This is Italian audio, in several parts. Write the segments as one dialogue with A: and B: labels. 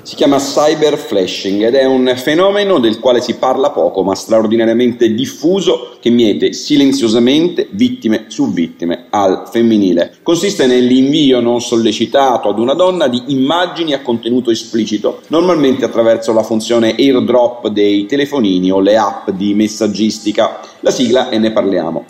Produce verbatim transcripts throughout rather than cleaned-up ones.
A: Si chiama cyber flashing ed è un fenomeno del quale si parla poco ma straordinariamente diffuso, che miete silenziosamente vittime su vittime al femminile. Consiste nell'invio non sollecitato ad una donna di immagini a contenuto esplicito, normalmente attraverso la funzione airdrop dei telefonini o le app di messaggistica. La sigla e ne parliamo.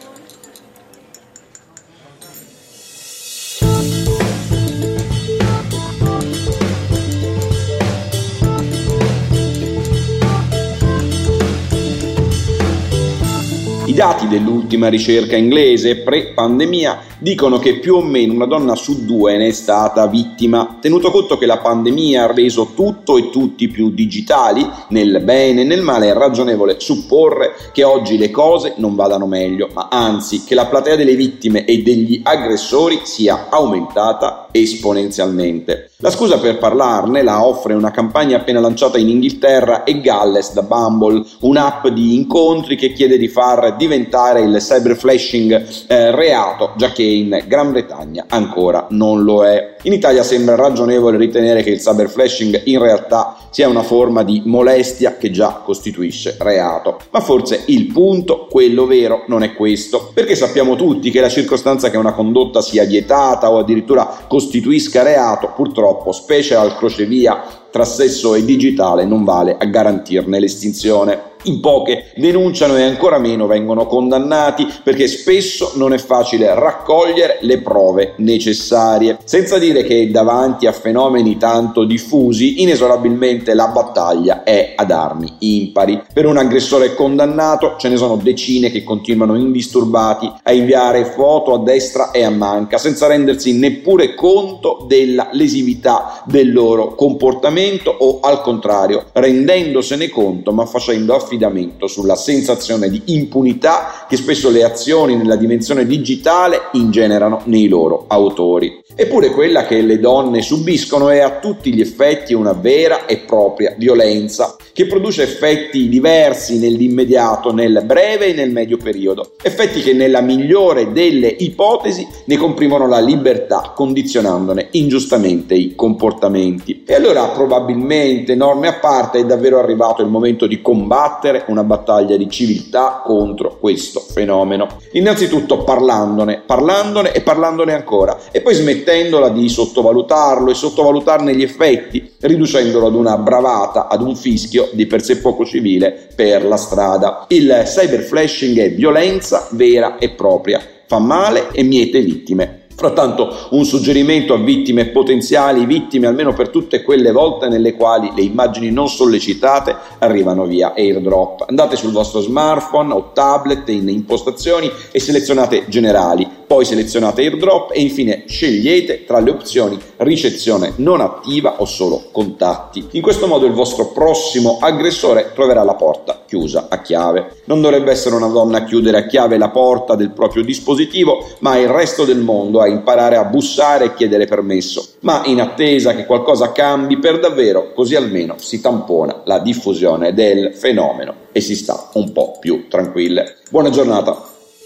A: I dati dell'ultima ricerca inglese pre-pandemia dicono che più o meno una donna su due ne è stata vittima, tenuto conto che la pandemia ha reso tutto e tutti più digitali, nel bene e nel male. È ragionevole supporre che oggi le cose non vadano meglio, ma anzi che la platea delle vittime e degli aggressori sia aumentata esponenzialmente. La scusa per parlarne la offre una campagna appena lanciata in Inghilterra e Galles da Bumble, un'app di incontri che chiede di far diventare il cyberflashing eh, reato, già che in Gran Bretagna ancora non lo è. In Italia sembra ragionevole ritenere che il cyberflashing in realtà sia una forma di molestia che già costituisce reato, ma forse il punto, quello vero, non è questo, perché sappiamo tutti che la circostanza che una condotta sia vietata o addirittura costituisca reato, purtroppo, specie al crocevia tra sesso e digitale, non vale a garantirne l'estinzione. In poche denunciano e ancora meno vengono condannati, perché spesso non è facile raccogliere le prove necessarie. Senza dire che davanti a fenomeni tanto diffusi, inesorabilmente la battaglia è ad armi impari. Per un aggressore condannato ce ne sono decine che continuano indisturbati a inviare foto a destra e a manca, senza rendersi neppure conto della lesività del loro comportamento, o al contrario rendendosene conto ma facendo affidamento sulla sensazione di impunità che spesso le azioni nella dimensione digitale ingenerano nei loro autori. Eppure quella che le donne subiscono è a tutti gli effetti una vera e propria violenza, che produce effetti diversi nell'immediato, nel breve e nel medio periodo, effetti che nella migliore delle ipotesi ne comprimono la libertà, condizionandone ingiustamente i comportamenti. E allora probabilmente, norme a parte, è davvero arrivato il momento di combattere una battaglia di civiltà contro questo fenomeno. Innanzitutto parlandone, parlandone e parlandone ancora, e poi smettendola di sottovalutarlo e sottovalutarne gli effetti, riducendolo ad una bravata, ad un fischio di per sé poco civile per la strada. Il cyberflashing è violenza vera e propria, fa male e miete vittime. Frattanto un suggerimento a vittime potenziali, vittime almeno per tutte quelle volte nelle quali le immagini non sollecitate arrivano via airdrop. Andate sul vostro smartphone o tablet in impostazioni e selezionate generali, poi selezionate airdrop e infine scegliete tra le opzioni ricezione non attiva o solo contatti. In questo modo il vostro prossimo aggressore troverà la porta chiusa a chiave. Non dovrebbe essere una donna a chiudere a chiave la porta del proprio dispositivo, ma il resto del mondo a imparare a bussare e chiedere permesso, ma in attesa che qualcosa cambi per davvero, così almeno si tampona la diffusione del fenomeno e si sta un po' più tranquille. Buona giornata.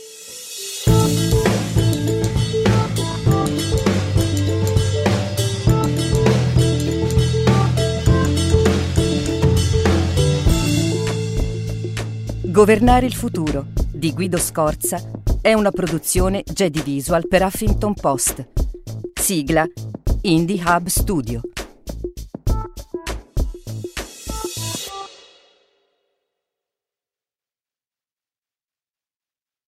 B: Governare il futuro di Guido Scorza è una produzione Jedi Visual per Huffington Post. Sigla Indie Hub Studio.